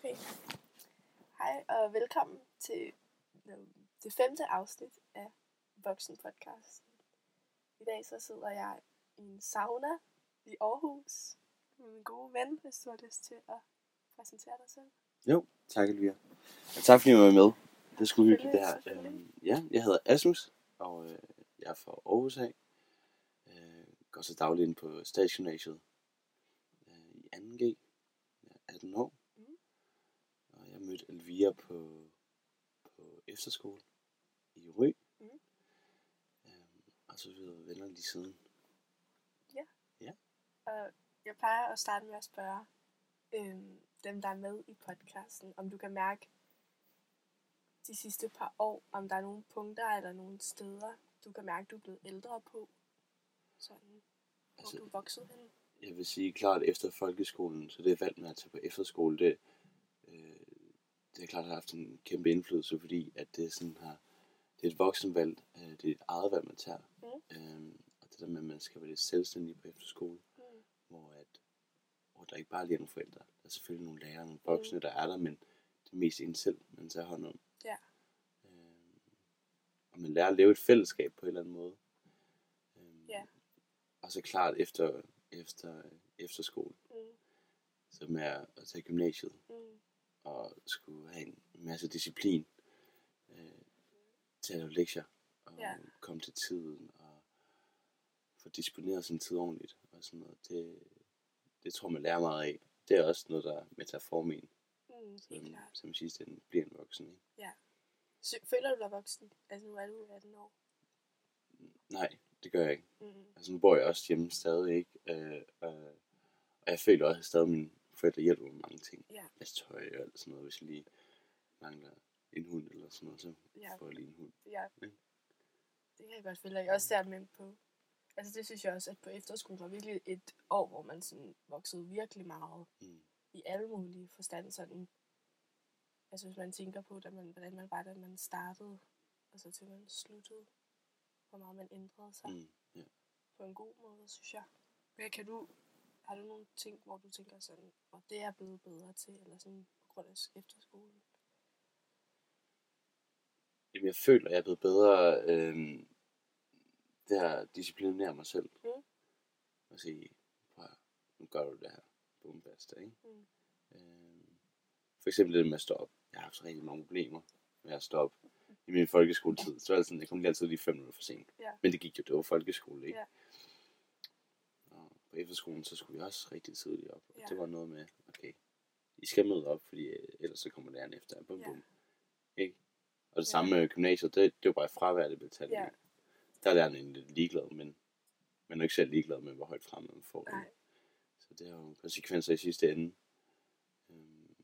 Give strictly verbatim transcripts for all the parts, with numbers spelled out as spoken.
Okay. Hej og velkommen til det femte afsnit af Voksen Podcast. I dag så sidder jeg i en sauna i Aarhus med min gode ven, hvis du har lyst til at præsentere dig selv. Jo, tak Elvira. Og tak fordi I var med. Det er sgu hyggeligt det her. Øhm, ja, jeg hedder Asmus, og øh, jeg er fra Aarhus af. Øh, går så dagligt ind på Statsgymnasiet øh, i anden G. Jeg er atten år. Mm. Og jeg mødte Elvira på, på efterskole i Rø. Mm. Øhm, og så er vi været venner lige siden. Ja. Ja. Og jeg plejer at starte med at spørge øhm, dem, der er med i podcasten, om du kan mærke de sidste par år, om der er nogle punkter eller nogle steder, du kan mærke, du er blevet ældre på, sådan, hvor Altså, du er vokset hen. Jeg vil sige klart efter folkeskolen, så det er valgt med at tage på efterskole, det, øh, det er klart har haft en kæmpe indflydelse, fordi at det sådan har, det er et voksenvalg, øh, det er et eget valg, man tager. Mm. Øhm, og det der med, at man skal være lidt selvstændig på efterskole, Mm. hvor, at, hvor der ikke bare lige er nogle forældre. Der er selvfølgelig nogle lærere, nogle voksne, mm. der er der, men det er mest en selv, man tager hånd om. Ja. Øhm, og man lærer at leve et fællesskab på en eller anden måde. Øhm, Ja. Og så klart efter, efter efterskole, Mm. så med at, at tage gymnasiet, Mm. og skulle have en masse disciplin øh, til at lave lektier, og Ja. komme til tiden, og få disponeret sin tid ordentligt, og sådan noget. Det, det tror man lærer meget af. Det er også noget, der er med til at forme en, Mm. Helt som, klart. som i sidste ende bliver en voksen. Ikke? Ja. Så, føler du dig voksen? Altså nu er du atten år. Nej, det gør jeg ikke. Mm. Altså nu bor jeg også hjemme stadig, ikke? Øh, øh, og jeg føler også, at stadig mine forældre hjælper med mange ting. Ja. Masse tøj og alt sådan noget, hvis jeg lige mangler en hund eller sådan noget, så Ja. får jeg lige en hund. Ja. Ja. Det kan jeg godt føle, at jeg også er med på. Altså det synes jeg også, at på efterskolen var virkelig et år, hvor man sådan voksede virkelig meget Mm. i alle mulige forstand. Sådan. Altså hvis man tænker på, da man, hvordan man var, da man startede, og så til man sluttede, hvor meget man ændrede sig Mm. Ja. på en god måde, synes jeg. Hvad kan du, har du nogle ting, hvor du tænker sådan, og det er jeg blevet bedre til, eller sådan på grund af efterskolen? Jamen, jeg føler, at jeg er blevet bedre øh, det her at disciplinere mig selv. Mm. Og sige, prøv at- nu gør du det her. Bum, basta, ikke? Mm. Øh, for eksempel det med at stå op. Jeg har haft rigtig mange problemer med at stå op. I min folkeskoletid, så var det sådan, jeg kom lige altid lige fem minutter for sent. Ja. Men det gik jo, det var folkeskole, ikke? Ja. Og på efterskolen, så skulle vi også rigtig tidligt op. Og Ja. det var noget med, okay, I skal møde op, fordi øh, ellers så kommer læreren efter. Bum, Ja. bum. Ikke? Og det Ja. samme med gymnasiet, det, det var bare fravær, det blev talt. Ja. Ikke? Der er læreren egentlig lidt ligeglad, men man er ikke selv ligeglad med, hvor højt frem man får. Nej. Ikke? Så det har jo konsekvenser i sidste ende. Øhm,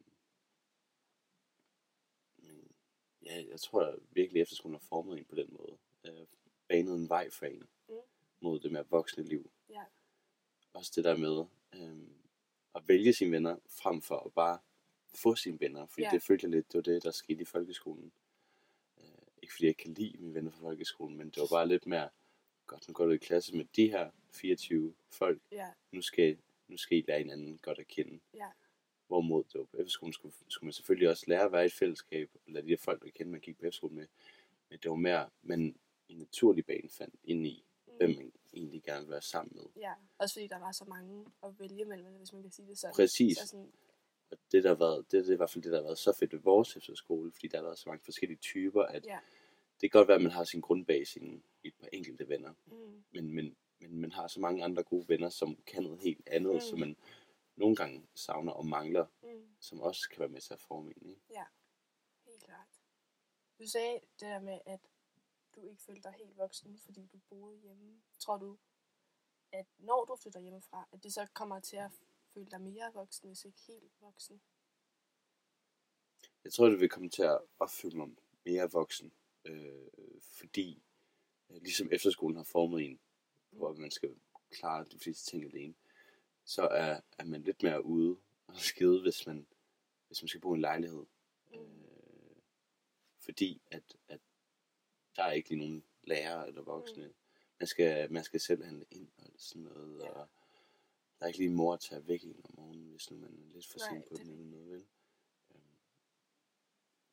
Men ja, jeg tror at virkelig, at efterskolen har formet en på den måde. Øh, banet en vej for en Mm. mod det mere voksne liv. Ja. Også det der med øhm, at vælge sine venner, frem for at bare få sine venner. Fordi Ja. det følte jeg lidt, det var det, der skete i folkeskolen. Øh, ikke fordi jeg ikke kan lide mine venner fra folkeskolen, men det var bare lidt mere, godt, nu går du i klasse med de her fireogtyve folk. Ja. Nu skal, nu skal I lære hinanden godt at kende. Ja. Hvorimod det var på efterskolen, skulle, skulle man selvfølgelig også lære at være i et fællesskab, og lade de her folk at kende, man gik på efterskolen med. Men det var mere, man i naturlig bane fandt ind i, Mm. hvem man egentlig gerne vil være sammen med. Ja, også fordi der var så mange at vælge mellem, hvis man kan sige det sådan. Præcis. Så sådan, Og det, der har været, det, det er i hvert fald det, der har været så fedt ved vores efterskole, fordi der har været så mange forskellige typer, at ja. det kan godt være, at man har sin grundbase i et par enkelte venner, Mm. men, men, men man har så mange andre gode venner, som kan noget helt andet, Mm. som man nogle gange savner og mangler, Mm. som også kan være med til at forme en. Ikke? Ja, helt klart. Du sagde det der med, at du ikke følte dig helt voksen, fordi du boede hjemme. Tror du, at når du flytter hjemmefra, at det så kommer til at føle dig mere voksen, hvis ikke helt voksen? Jeg tror, det vil komme til at opfylde mig mere voksen, øh, fordi øh, ligesom efterskolen har formet en, hvor man skal klare de fleste ting alene, så er, er man lidt mere ude og skide, hvis man, hvis man skal bo i en lejlighed. Mm. Øh, fordi at, at der er ikke lige nogen lærere eller voksne. Mm. Man skal, man skal selv handle ind og sådan noget, Ja. og der er ikke lige en mor at tage væk en om morgenen, hvis nu man er lidt for Nej, sent på det- den eller noget, vel?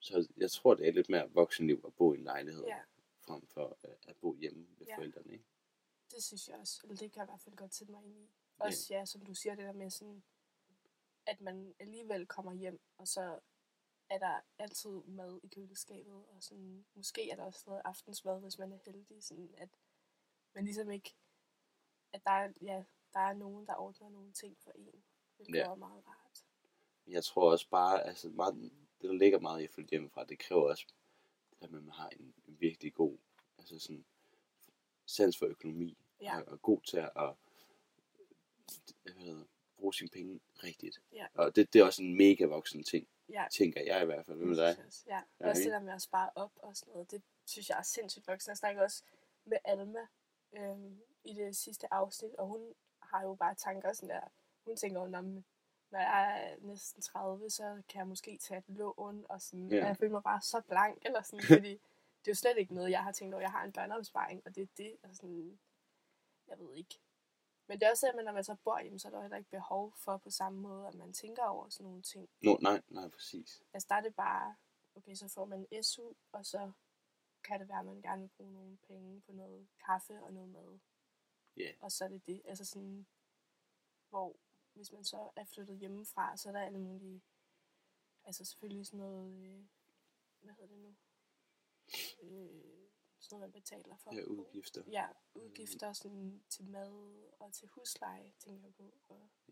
Så jeg tror, det er lidt mere voksenliv at bo i en lejlighed, Ja, frem for øh, at bo hjemme ved Ja. forældrene, ikke? det synes jeg også. Eller det kan jeg i hvert fald godt sætte mig ind i. Også ja, som du siger, det der med sådan, at man alligevel kommer hjem, og så er der altid mad i køleskabet, og sådan, måske er der også noget aftensmad, hvis man er heldig, sådan at man ligesom ikke, at der er, ja, der er nogen, der ordner nogle ting for en, hvilket Ja. er meget rart. Jeg tror også bare, altså meget, det der ligger meget i at flytte hjemmefra, det kræver også, det der med, at man har en, en virkelig god, altså sådan, sans for økonomi, Ja. og, og god til at, at hvad hedder, det, bruge sine penge rigtigt. Ja. Og det, det er også en mega voksen ting, Ja, tænker jeg i hvert fald. Hvad med dig? synes jeg også. Ja, Ja, også ikke? det der med at spare op og sådan noget, det synes jeg er sindssygt voksen. Jeg snakker også med Alma øhm, i det sidste afsnit, og hun har jo bare tanker sådan der, hun tænker jo, "Nå, men når jeg er næsten tredive, så kan jeg måske tage et lån, og sådan, Ja. og jeg føler mig bare så blank, eller sådan, fordi det er jo slet ikke noget, jeg har tænkt over. Jeg har en børneopsparing, og det er det, og sådan, jeg ved ikke. Men det er også det, at når man så bor hjemme, så er der heller ikke behov for på samme måde, at man tænker over sådan nogle ting. Nå, nej, nej, præcis. Altså der er det bare, okay, så får man S U, og så kan det være, at man gerne vil bruge nogle penge på noget kaffe og noget mad. Ja. Yeah. Og så er det det. Altså sådan, hvor hvis man så er flyttet hjemmefra, så er der alle mulige, altså selvfølgelig sådan noget, øh, hvad hedder det nu? Øh, sådan noget, man betaler for. Ja, udgifter. Ja, udgifter sådan til mad og til husleje, tænker jeg på. Og, Ja.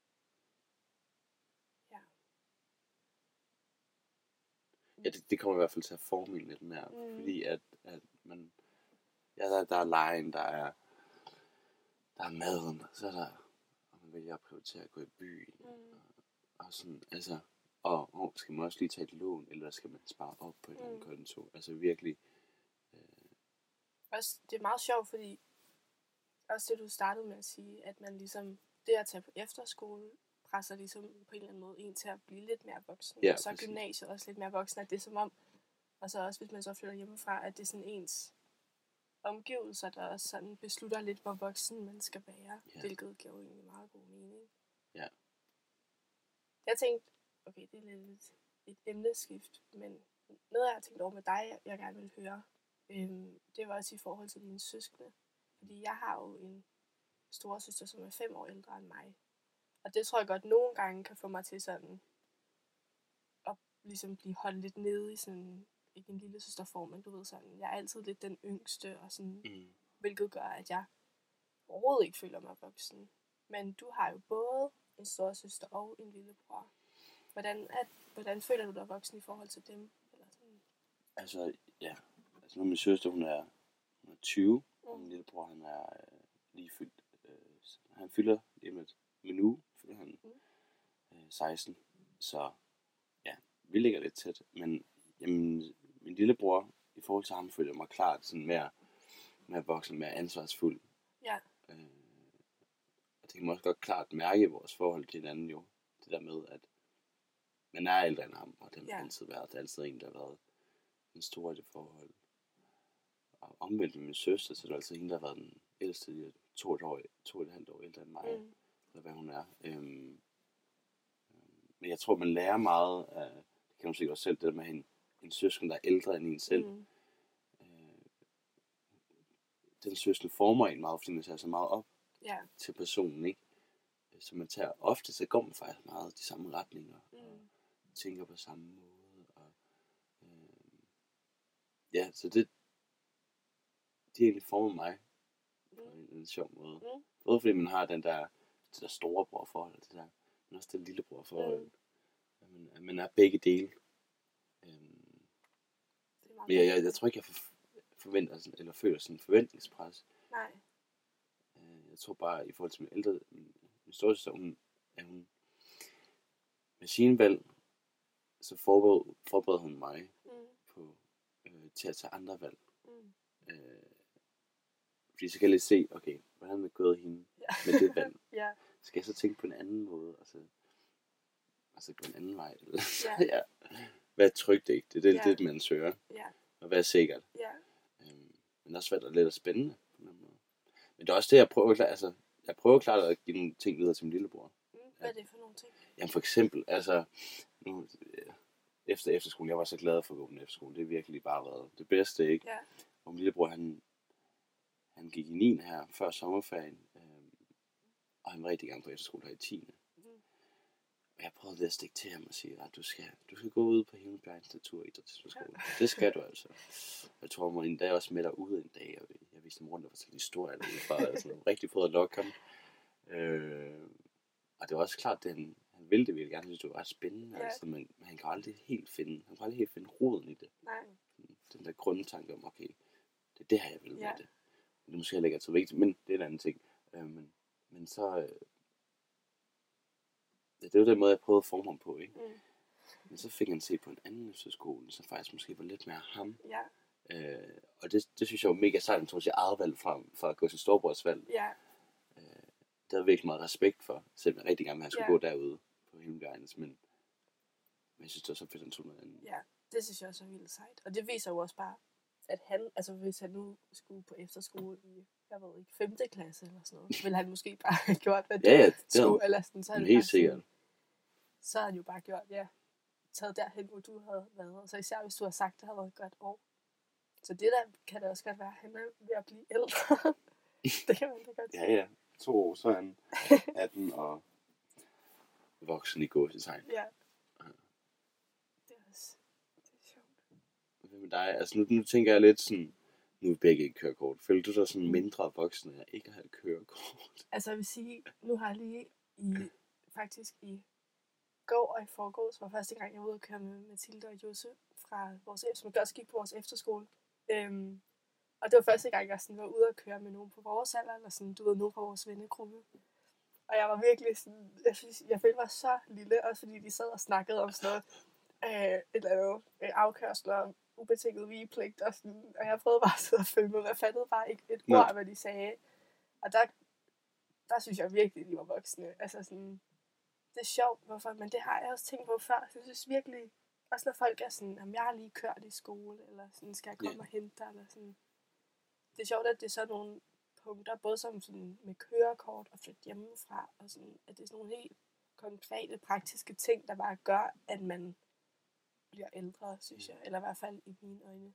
ja. Ja, det, det kommer i hvert fald til at forme en lidt mere, Mm. fordi at, at man, ja, der, der er lejen, der er, der er maden, og så er der, og man vælger at prioritere at gå i byen, Mm. og, og sådan, altså, og, og skal man også lige tage et lån, eller skal man spare op på en Mm. anden konto, altså virkelig, Også, det er meget sjovt, fordi også det, du startede med at sige, at man ligesom, det at tage på efterskole, presser ligesom på en eller anden måde en til at blive lidt mere voksen. Ja, og så er præcis. gymnasiet også lidt mere voksen, at det er som om, og så også hvis man så flytter hjemmefra, at det er sådan ens omgivelser, der også sådan beslutter lidt, hvor voksen man skal være, Ja. hvilket giver jo egentlig meget god mening. Ja. Jeg tænkte, okay, det er lidt et, et emneskift, men noget, jeg har tænkt over med dig, jeg gerne vil høre, øhm, det var også i forhold til dine søskende. Fordi jeg har jo en storesøster, som er fem år ældre end mig. Og det tror jeg godt nogle gange kan få mig til sådan at ligesom blive holdt lidt nede i sådan, ikke en lille søsterform, men du ved sådan, jeg er altid lidt den yngste, og sådan, mm, hvilket gør, at jeg overhovedet ikke føler mig voksen. Men du har jo både en storesøster og en lillebror. Hvordan, er, hvordan føler du dig voksen i forhold til dem? Eller sådan? altså, ja, altså nu min søster, hun er, hun er tyve, og min Mm. lillebror, han er øh, lige fyldt, øh, han fylder lige med en uge, fylder han Mm. øh, seksten, så ja, vi ligger lidt tæt, men jamen, min lillebror, i forhold til ham, føler jeg mig klart sådan mere, mere voksen, mere ansvarsfuld, Ja, øh, og det kan man også godt klart mærke i vores forhold til hinanden jo, det der med, at man er ældre end ham, og det har Ja. altid været, det er altid en, der har været den store i det forhold. Og omvendt med min søster, så er det altid hende, der har været den ældste, de er to og et, år, to og et halvt år ældre end mig, mm. eller hvad hun er. Øhm, men jeg tror, man lærer meget af, det kan man sikkert også selv, det der med en, en søsken, der er ældre end en selv. Mm. Øh, den søsken former en meget, fordi man tager så meget op Ja, til personen, ikke? Så man tager ofte, så går man faktisk meget de samme retninger, og mm. tænker på samme måde, og øh, ja, så det, det egentlig former mig på Mm. en, en sjov måde. Mm. Både fordi man har den der, det der storebror forhold, det der, men også det lillebror forhold. Mm. At man, at man er begge dele. Øhm, Det er meget men jeg, jeg, godt. jeg tror ikke, jeg for, forventer sådan, eller føler sådan en forventningspres. Nej. Øh, jeg tror bare, i forhold til min ældre, min, min storesøster, hun, er hun med sine valg, så forbered, forbereder hun mig Mm. på, øh, til at tage andre valg. Mm. Øh, fordi så kan jeg lige se, okay, hvordan er det gået hende Ja. med det valg? Ja. Skal jeg så tænke på en anden måde, og så, og så gå en anden vej? Ja. ja. Hvad er trygt, ikke? Det er det, Ja. det, man søger. Ja. Og hvad er sikkert? Ja. Øhm, men også hvad der er lidt og spændende på en eller anden måde. Men det er også det, jeg prøver, klar, altså, jeg prøver klart at give nogle ting videre til min lillebror. Mm. Hvad er det for nogle ting? Jamen for eksempel, altså, nu, øh, efter efterskole, jeg var så glad for at gå på efterskole. Det har virkelig bare været det bedste, ikke? Ja. Og min lillebror, han, han gik i niende her før sommerferien, øh, og han var rigtig gang på efterskole her i tiende Mm. Og jeg prøvede lidt at stikke til ham og sige, at du skal, du skal gå ud på Himmelbjergens Natur- og Idrætsskole. Det skal du altså. Jeg tror, man en dag også med dig ude en dag, og jeg viste ham rundt og fortalte historier derudfra, og sådan rigtig prøvede at lokke ham. Øh, og det var også klart, at han, han ville det virkelig gerne, synes det var ret spændende, Ja. altså, men, men han kan aldrig helt finde, han kan aldrig helt finde roden i det. Nej. Den der grundtanke om, okay, det er det her, jeg vil med Ja. det. Det er måske heller ikke så vigtigt, men det er en anden ting. Øh, men, men så, øh, det var den måde, jeg prøvede at forme ham på, ikke? Mm. Men så fik han set på en anden efterskole, som faktisk måske var lidt mere ham. Ja. Øh, og det, det synes jeg var mega sejt, han tog sit eget valg frem, for at gå til storebrors valg. Ja. Øh, det havde virkelig meget respekt for, selvom jeg rigtig gerne ville, at han skulle Ja. gå derude på Himmelbjergens, men, men jeg synes det var så fedt, at han tog noget andet. Ja, det synes jeg også er vildt sejt. Og det viser jo også bare, at han, altså hvis han nu skulle på efterskole i, jeg ved ikke, femte klasse eller sådan noget, ville han måske bare have gjort, hvad Ja, ja, det skulle, er eller sådan, så havde helt det bare sikkert. sådan- så havde han jo bare gjort, ja, taget derhen, hvor du havde været, og så især hvis du har sagt, det havde været et godt år. Så det der kan det også godt være, at han er ved at blive ældre. Det kan man da godt sige. Ja, ja. To år, så er han atten og voksen i gåsetegn. Ja. Det er også, det er sjovt. Hvad med dig? Altså nu, nu tænker jeg lidt sådan, nu er vi begge ikke kørekort. Føler du dig sådan mindre voksen af ikke at have et kørekort? Altså jeg vil sige, nu har jeg lige i, faktisk i går og i forgårs var første gang, jeg var ude og køre med Mathilde og Josse fra vores, som også gik på vores efterskole. Øhm, og det var første gang, jeg sådan var ude og køre med nogen på vores alder, eller sådan, du ved, nogen fra vores vennegruppe. Og jeg var virkelig sådan, jeg, synes, jeg følte mig så lille, også fordi de sad og snakkede om sådan noget, øh, et eller andet øh, afkørsler, ubetinget vigepligt, og sådan, og jeg prøvede bare at sidde og følge med, men jeg fattede bare ikke et Nej. ord af, hvad de sagde. Og der, der synes jeg virkelig, de var voksne. Altså sådan, det er sjovt, hvorfor, men det har jeg også tænkt på før. Jeg synes virkelig, også når folk er sådan, om jeg har lige kørt i skole, eller sådan, skal jeg komme Ja. og hente dig, eller sådan. Det er sjovt, at det er sådan nogle punkter, både som sådan med kørekort og flytte hjemmefra, og sådan, at det er sådan nogle helt konkrete, praktiske ting, der bare gør, at man bliver ældre, synes jeg. Eller i hvert fald i mine øjne.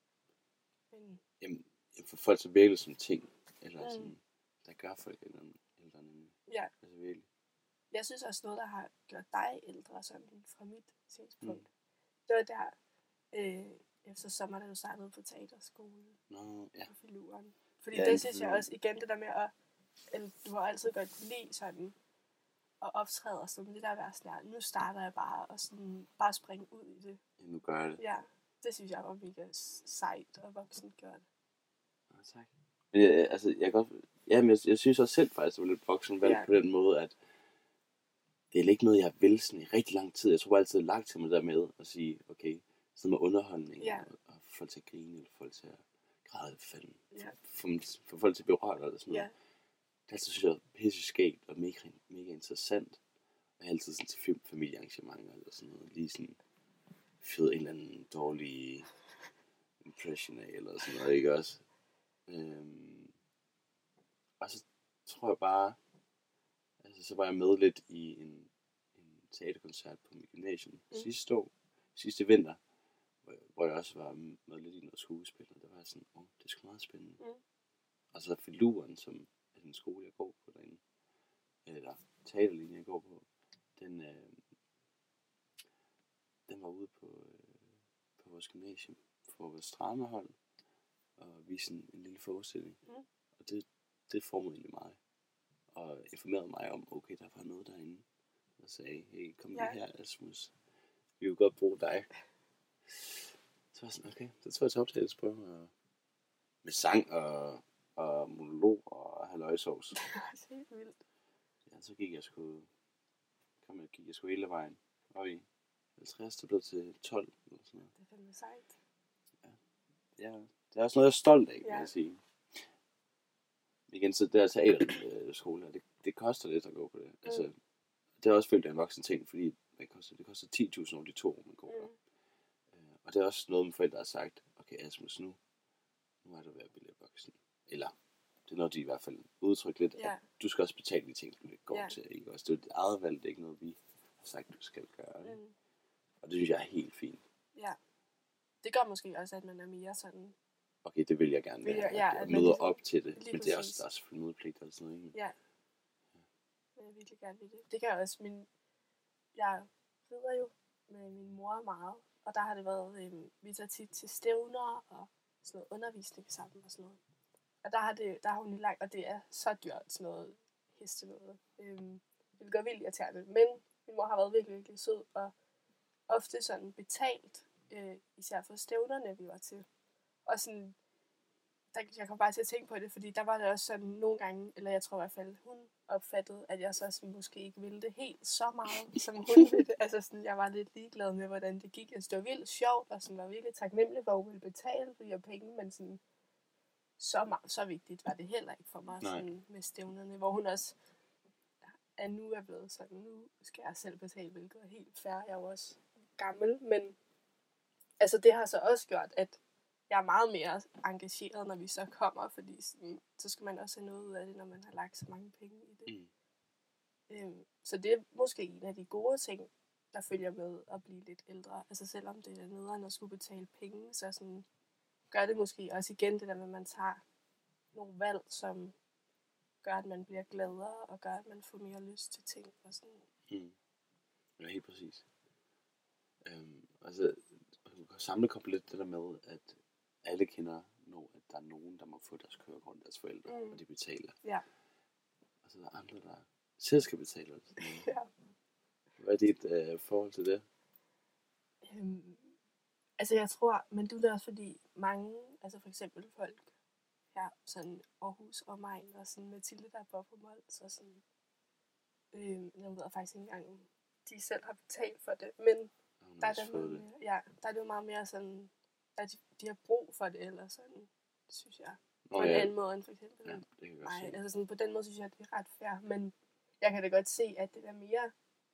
Men Jamen, for folk så virkelig som ting, eller Mm. sådan, der gør folk ældre ældre nemlig. ja, Altså virkelig. jeg synes også noget, der har gjort dig ældre, sådan fra mit synspunkt. Mm. Det var der, øh, efter sommer, da du startede på teaterskole Nå, ja. på Filuren. Fordi Ja, det inden synes for jeg Filuren. også, igen det der med at, eller, du har altid godt lide sådan, at optræde og sådan, det der at være sådan, ja, nu starter jeg bare, og sådan, bare springe ud i det. Ja, nu gør jeg det. Ja, det synes jeg var mega sejt og voksen gjort. Nå, tak. Men jeg, altså, jeg kan godt, ja, men jeg, jeg synes også selv faktisk, det var lidt voksen valg Ja. på den måde, at det er ikke noget, jeg vil sådan i rigtig lang tid. Jeg tror altid, det er lagt til mig der med at sige, okay, sådan med underholdning, Ja. og, og få folk til at grine, eller få folk til at græde, fanden, Ja. få, få folk til at blive rørt, eller sådan Ja, noget. Det altid synes jeg er pisse skægt og mega, mega interessant. Jeg er altid sådan til film, familiearrangementer eller sådan noget. Lige sådan fed en eller anden dårlig impression af, eller sådan noget, ikke også? Øhm, og så tror jeg bare, altså så var jeg med lidt i en, en teaterkoncert på mit gymnasium Mm. sidste år, sidste vinter, hvor jeg, hvor jeg også var med lidt i noget skuespil, og der var jeg sådan, åh, oh, det er sgu meget spændende. Mm. Og så Filuren, som er den skole, jeg går på derinde, eller teaterlinje, jeg går på, den, øh, den var ude på, øh, på vores gymnasium for vores dramahold, og vise en, en lille forestilling. Mm. Og det, det formede egentlig mig, og informerede mig om, okay, der var noget derinde, og sagde, hey, kom Ja. lige her, Asmus, vi vil godt bruge dig. Så var jeg sådan, okay, så tog jeg til optagelse på, og med sang og, og monolog og halløjsovs. det er helt vildt. Ja, så gik jeg sgu, kom jeg, gik jeg sgu hele vejen, og i halvtreds, det blev til tolv, eller sådan noget. Det er fandme sejt. Ja, det er også noget, jeg er stolt af, Ja. kan jeg sige. Igen, så der teaterskole her, det, det koster lidt at gå på det. Mm. Altså, det er også følt, det er en voksen ting, fordi det koster, det koster ti tusind over de to år, man går der. Mm. Øh, Og det er også noget, min forældre har sagt, okay Asmus, nu, nu er du ved at blive lidt voksen. Eller, det er noget, de i hvert fald udtrykker lidt, Ja. at du skal også betale de ting, du ikke går Ja. til. Ikke? Også, det er dit eget valg, det er ikke noget, vi har sagt, du skal gøre. Mm. Og det synes jeg er helt fint. Ja. Det gør måske også, at man er mere sådan... Okay, det vil jeg gerne Vil være. jeg- ja, at at jeg man møder ligesom- op til det. lige Men det er præcis. også, der er selvfølgelig mødepligt og sådan noget, ikke? Ja. Jeg vil virkelig gerne vil det. Det kan jeg også. Min... Jeg rider jo med min mor meget. Og der har det været... Øhm, vi tager tit til stævner og sådan noget undervisning sammen og sådan noget. Og der har, det, der har hun lige lagt, og det er så dyrt, sådan noget heste noget. Øhm, det gør vildt irriterende. Men min mor har været virkelig, virkelig sød, og ofte sådan betalt, øh, især for stævnerne, vi var til. Og sådan, der, jeg kom bare til at tænke på det, fordi der var det også sådan nogle gange, eller jeg tror i hvert fald, hun opfattede, at jeg så sådan, måske ikke ville det helt så meget, som hun ville det. Altså sådan, jeg var lidt ligeglad med, hvordan det gik. Altså, det var vildt sjovt, og sådan var virkelig taknemmelig for, at hun ville betale for de her penge, men sådan, så meget, så vigtigt var det heller ikke for mig sådan, med stævnerne, hvor hun også er nu er blevet sådan, nu skal jeg selv betale, hvilket er helt fair. Jeg er jo også gammel, men altså det har så også gjort, at jeg er meget mere engageret, når vi så kommer, fordi sådan, så skal man også have noget ud af det, når man har lagt så mange penge i det. Mm. Øhm, så det er måske en af de gode ting, der følger med at blive lidt ældre. Altså selvom det er nederen at skulle betale penge, så sådan, gør det måske også igen det der med, at man tager nogle valg, som gør, at man bliver gladere, og gør, at man får mere lyst til ting. Og sådan. Mm. Ja, helt præcis. Øhm, altså, samle komplet det der med, at alle kender, når at der er nogen, der må få deres kørekort af deres forældre, Mm. og de betaler. Ja. Og så er der andre, der selv skal betale. Ja. Hvad er dit øh, forhold til det? Øhm, altså jeg tror, men det er også fordi mange, altså for eksempel folk her, sådan Aarhus og Main, og sådan Mathilde, der bor på Mols, og sådan, øhm, jeg ved faktisk ikke engang, om de selv har betalt for det, men Hun der har er, også det fået meget det. mere, ja, der er det jo meget mere sådan, at de, de har brug for det, eller sådan, synes jeg. På Nå, en ja. anden måde end for eksempel. Ja, det kan jeg godt Nej, se. altså sådan, på den måde synes jeg, at det er ret fair, men jeg kan da godt se, at det er mere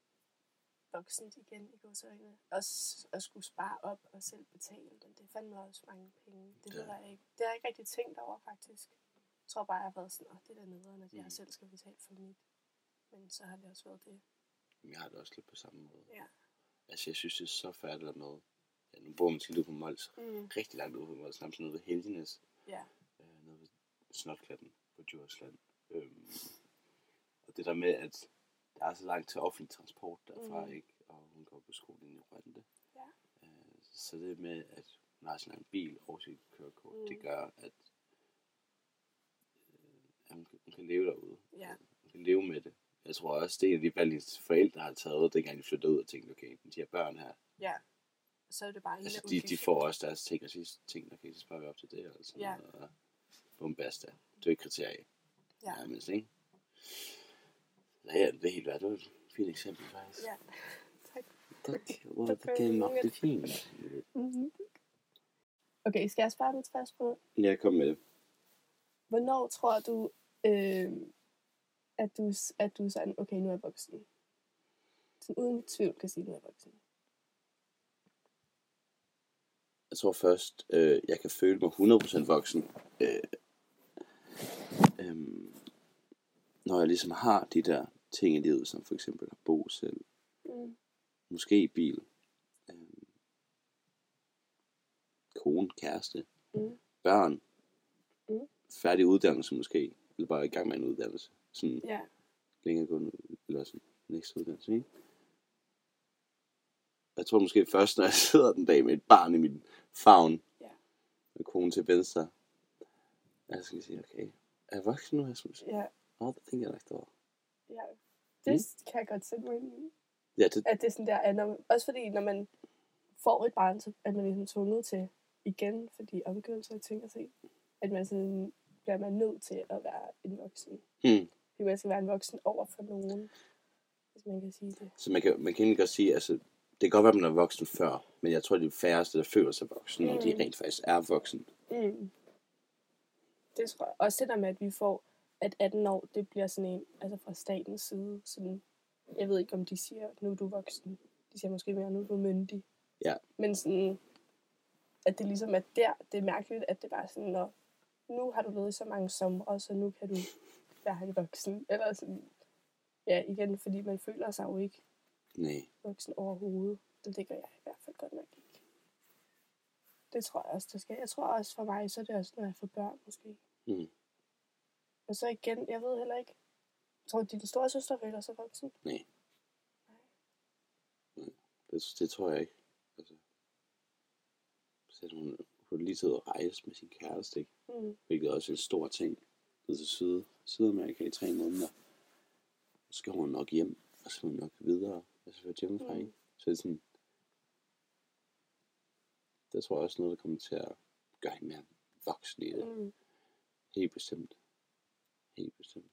voksent igen i godsøjne. Også at skulle spare op og selv betale, men det er fandme også mange penge. Det ved Ja. jeg ikke. Det har jeg ikke rigtig tænkt over, faktisk. Jeg tror bare, jeg har været sådan, åh, det er der nederen, at jeg Mm. selv skal betale for mit. Men så har det også været det. Jeg har det også lidt på samme måde. Ja. Altså, jeg synes, det er så færdigt med. Ja, nu bor man tit ude på Mols. Mm. Rigtig langt ude på Mols. Nærmest nede ved Helgenæs. Ja. Øh, nede ved Snotklatten på Djursland. Øhm, og det der med, at der er så langt til offentlig transport derfra, Mm. ikke? Og hun går på skolen i Rønde. Ja. Øh, så det med, at hun har sådan en bil og sit kørekort, Mm. det gør, at øh, hun, kan, hun kan leve derude. Ja. Hun kan leve med det. Jeg tror også, det er en af de valg, hendes forældre har taget, dengang de flyttede ud og tænkte, okay, de her børn her, Ja. Så er det bare en altså lille de, de udgift. får også deres ting og sidste ting, der kan så sparer vi op til det, og sådan Ja. noget, og bombasta. Det er et kriterie. Ja. Ja, men ikke? Så ja, det er helt værd. Det var et fint eksempel, faktisk. Ja. Tak. Tak. Well, Tak det kan nok for det fint. Mm-hmm. Okay, skal jeg spørge dig et spørgsmål? Ja, kom med det. Hvornår tror du, øh, at du, at du sådan, okay, nu er jeg voksen? Sådan uden tvivl kan sige, nu er jeg voksen. Jeg tror først, øh, jeg kan føle mig hundrede procent voksen, øh, øh, når jeg ligesom har de der ting i livet, som for eksempel at bo selv, Mm. måske bil, øh, kone, kæreste, Mm. børn, Mm. færdig uddannelse måske, eller bare i gang med en uddannelse, sådan Ja. længere gående, eller sådan næste uddannelse, ikke? Jeg tror måske først, når jeg sidder den dag med et barn i min favn, Ja. med konen til venstre, jeg skal sige, okay, er jeg voksen nu, Rasmus? Ja. Nå, det tænker jeg nok over. Ja. Det mm. kan jeg godt sætte mig ind i. Ja, det, At det er sådan der, at når, også fordi når man får et barn, så er man ligesom tvunget til igen, fordi omgivelser og ting og ting, at man sådan bliver man nødt til at være en voksen. hmm. Fordi man skal være en voksen over for nogen, hvis man kan sige det. Så man kan, man kan egentlig godt sige, altså, det kan godt være, at man er voksen før, men jeg tror, det er de færreste, der føler sig voksen, mm. når de rent faktisk er voksen. Mm. Det tror jeg. Også det der med, at vi får, at atten år, det bliver sådan en, altså fra statens side, sådan, jeg ved ikke, om de siger, nu er du voksen. De siger måske mere, nu er du myndig. Ja. Men sådan, at det ligesom er der, det er mærkeligt, at det bare er sådan, når nu har du levet i så mange somre, så nu kan du være en voksen. Eller sådan, ja, igen, fordi man føler sig jo ikke Nej. voksen overhovedet. Men det gør jeg i hvert fald godt nok ikke. Det tror jeg også, det skal. Jeg tror også for mig, så er det også, når jeg får børn, måske. Mm. Og så igen, jeg ved heller ikke. Jeg tror, din store søster føler sig voksen. Nej. Nej. Det, det tror jeg ikke. Altså, så hun, hun lige tid at rejse med sin kæreste, ikke? Mm. Hvilket er også en stor ting. Ned til Syd, Sydamerika i tre måneder. Så skal hun nok hjem, og så skal hun nok videre. Altså være hjemmefra, Mm. ikke? Så det er sådan, det tror jeg også noget, der kommer til at gøre hende mere voksen i det. Mm. Helt bestemt. Helt bestemt.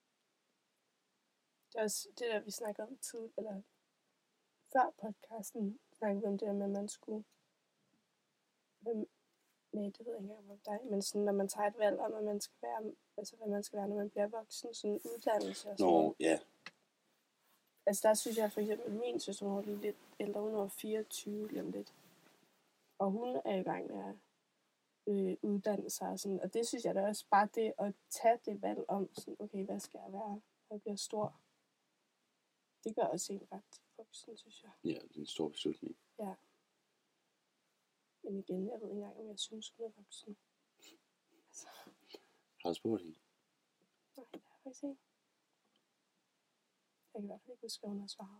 Det er også det der, vi snakker om tid, eller før podcasten, snakkede vi om det der med, at man skulle, hvem, nej, det ved jeg ikke engang om dig, men sådan, når man tager et valg om, at man skal være, altså hvad man skal være, når man bliver voksen, sådan uddannelse og sådan Nå, noget. ja. Altså der synes jeg for eksempel, min søster, hun er lige lidt ældre, hun er fireogtyve lige om lidt. Og hun er i gang med at øh, uddanne sig og sådan, og det synes jeg da også, bare det at tage det valg om, sådan, okay, hvad skal jeg være, når jeg bliver stor? Det gør også en ret voksen, synes jeg. Ja, det er en stor beslutning. Ja. Men igen, jeg ved ikke engang, om jeg synes, hun er voksen. Altså, Har du spurgt hende? nej, det har jeg faktisk ikke. Jeg kan i hvert fald ikke huske, hvad hun har svaret.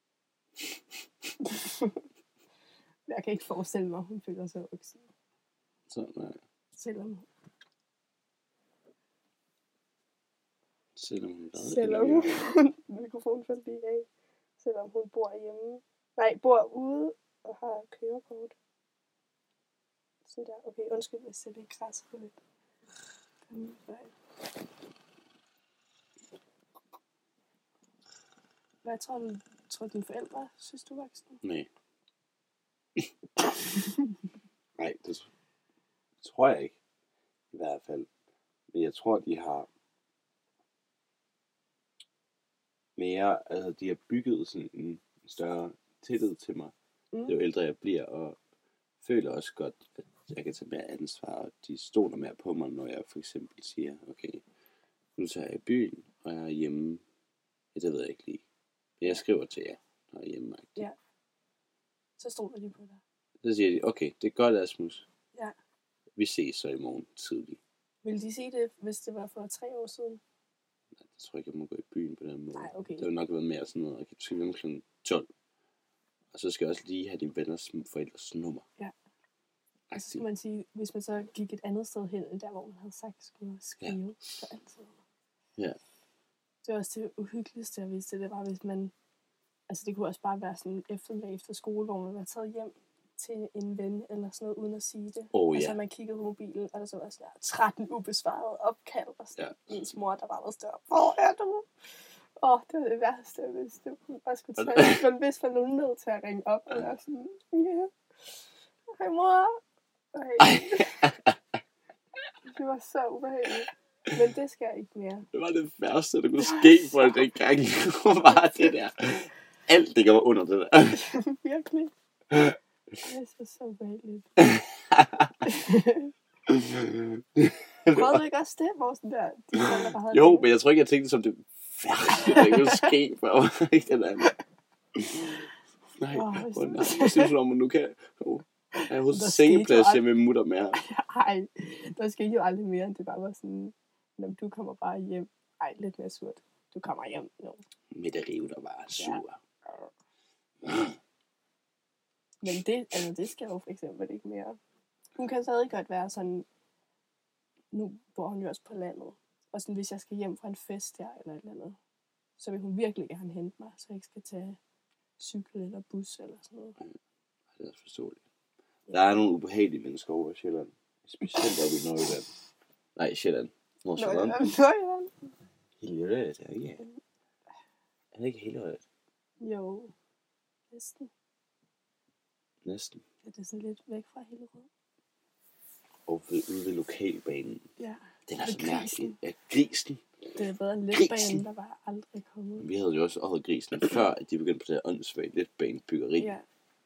Jeg kan ikke forestille mig, at hun føler sig voksen. Så, nej. Selvom, Selvom hun hvad? selvom Eller, hun, mikrofonen faldt lige af. Selvom hun bor hjemme. Nej, bor ude og har kørekort. Sådan der. Okay, undskyld, hvis det er lidt græs på lidt. Hvad tror du, tror dine forældre synes, du er voksen? nej. Nej, det tror jeg ikke. I hvert fald. Men jeg tror, de har mere, altså de har bygget sådan en større tillid til mig, Mm. jo ældre jeg bliver, og føler også godt, at jeg kan tage mere ansvar, og de stoler mere på mig, når jeg for eksempel siger, okay, nu tager jeg i byen, og jeg er hjemme. Ja, det ved jeg ikke lige. Men jeg skriver til jer, når jeg er hjemme. Ja. Så stoler de på dig. Så siger de, okay, det er godt, Asmus. Ja. Vi ses så i morgen tidligt. Vil de sige det, hvis det var for tre år siden? Jeg tror ikke, jeg må gå i byen på den måde. Nej, okay. Det vil nok være mere sådan noget, okay, du skal hjem klokken tolv. Og så skal jeg også lige have dine venners forældres nummer. Ja. Og så skal man sige, hvis man så gik et andet sted hen, end der, hvor man havde sagt, skulle man skrive ja. For altid. Ja. Det var også det uhyggeligste, jeg vidste. Det var, hvis man... Altså, det kunne også bare være sådan en eftermiddag efter skole, hvor man var taget hjem til en ven, eller sådan noget, uden at sige det. Oh, og så ja. man kiggede på mobilen, og der så var sådan her tretten ubesvarede opkald, og sådan ja. Ens mor, der bare var større. Hvor er du? Åh, oh, det var det værste, jeg vidste. Hun bare skulle tage. Men hvis man var nødt til at ringe op, og være sådan, ja, yeah. Hej mor. Ej. Det var så ubehageligt. Men det skal jeg ikke mere. Det var det værste, der kunne ske for det dengang. Det var det der. Alt det var under det der. Virkelig. Det er så ubehageligt. Prøvede du ikke også det, hvor sådan der, de forældre, der havde jo, det? men jeg tror ikke, jeg tænkte som det værste, der kunne ske for mig. Ikke den anden. Nej, Åh, oh, hvis oh, det- nej. Jeg synes, om nu kan oh, jeg har hos sengeplads skete hjemme med mutter mere. Ej, der skete jo aldrig mere, end det bare var sådan, jamen, du kommer bare hjem. Ej, lidt mere surt. Du kommer hjem nu. Med det rive, der var sur. Men det, altså, det skal jo for eksempel ikke mere. Hun kan stadig godt være sådan, nu bor hun jo også på landet, og sådan, hvis jeg skal hjem fra en fest der, eller et eller andet, så vil hun virkelig gerne hente mig, så jeg ikke skal tage cykel eller bus eller sådan noget. Det er også forståeligt. Der er nogle ubehagelige mennesker over i Sjælland. Specielt oppe i Nordjylland. Nej, Sjælland. Nordsjælland. Nordjylland. Hillerød, det er ikke. Er det ikke Hillerød? Jo, næsten. Næsten. Ja, det er sådan lidt væk fra Hillerød. Og ved, ude ved lokalbanen. Ja. Den er Ved så mærkelig. Grisen. Ja, grisen. Det er bedre end Grisen. letbanen, der var aldrig kommet. Vi havde jo også også grisen, før at de begyndte på det her åndssvage letbanebyggeri. Ja.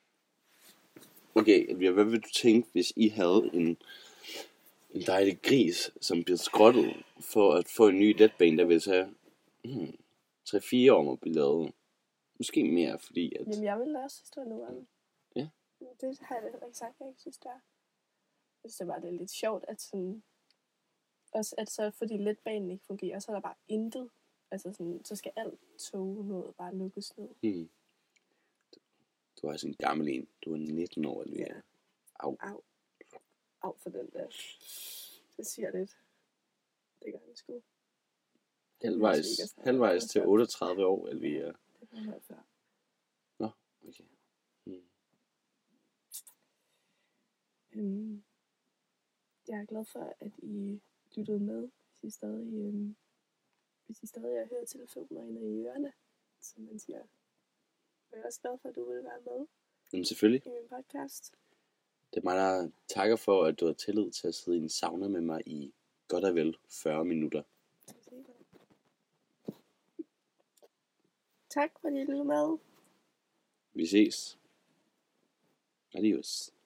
Okay, Elvira, hvad vil du tænke, hvis I havde en, en dejlig gris, som blev skrottet for at få en ny letbane, der ville tage hmm, tre fire år at blive lavet? Måske mere, fordi at... Jamen, jeg ville også synes, det var noget. Ja. Det har jeg da heller ikke sagt, jeg ikke synes, det er. Jeg synes, det var det er lidt sjovt, at sådan... Også at så fordi letbanen ikke fungerer, så er der bare intet. Altså sådan, så skal alt tog noget bare lukkes ned. Hmm. Du er altså en gammel en. Du er nitten år, eller Ja. Au. Au. Au for den der. Det siger lidt. Det gør den sgu. Halvvejs, halvvejs til otteogtredive år, Elvira. Det har jeg hørt før. Nå, okay. Hmm. Øhm, jeg er glad for, at I lyttede med, hvis I stadig, øhm, hvis I stadig har hørt telefonerne i ørerne, som man siger. Jeg er også glad for, at du vil være med Jamen selvfølgelig. i min podcast. Det er mig, der takker for, at du har tillid til at sidde i en sauna med mig i godt og vel fyrre minutter. Tak fordi I lyttede med. Vi ses. Adios.